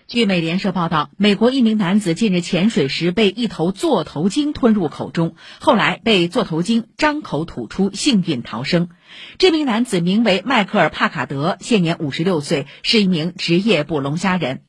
据美联社报道，美国一名男子近日潜水时被一头座头鲸吞入口中，后来被座头鲸张口吐出，幸运逃生。这名男子名为迈克尔·帕卡德，现年56岁，是一名职业捕龙虾人。